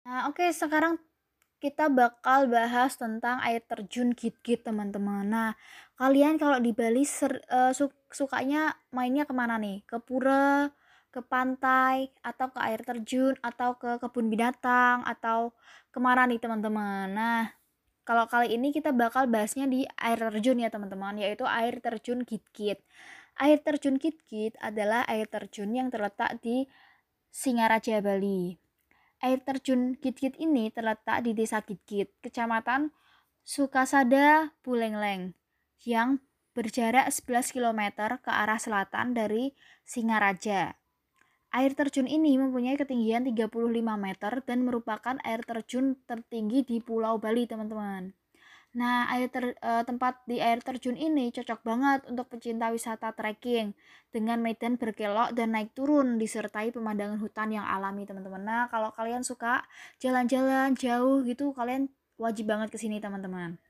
Nah, oke, sekarang kita bakal bahas tentang air terjun Git-Git, teman-teman. Nah, kalian kalau di Bali sukanya mainnya kemana nih? Ke pura, ke pantai, atau ke air terjun, atau ke kebun binatang, atau kemana nih, teman-teman? Nah, kalau kali ini kita bakal bahasnya di air terjun ya, teman-teman, yaitu air terjun Git-Git. Air terjun Git-Git adalah air terjun yang terletak di Singaraja, Bali. Air terjun Git-Git ini terletak di Desa Git-Git, Kecamatan Sukasada, Buleleng, yang berjarak 11 km ke arah selatan dari Singaraja. Air terjun ini mempunyai ketinggian 35 meter dan merupakan air terjun tertinggi di Pulau Bali, teman-teman. Nah, tempat di air terjun ini cocok banget untuk pecinta wisata trekking dengan medan berkelok dan naik turun disertai pemandangan hutan yang alami, teman-teman. Nah, kalau kalian suka jalan-jalan jauh gitu, kalian wajib banget kesini, teman-teman.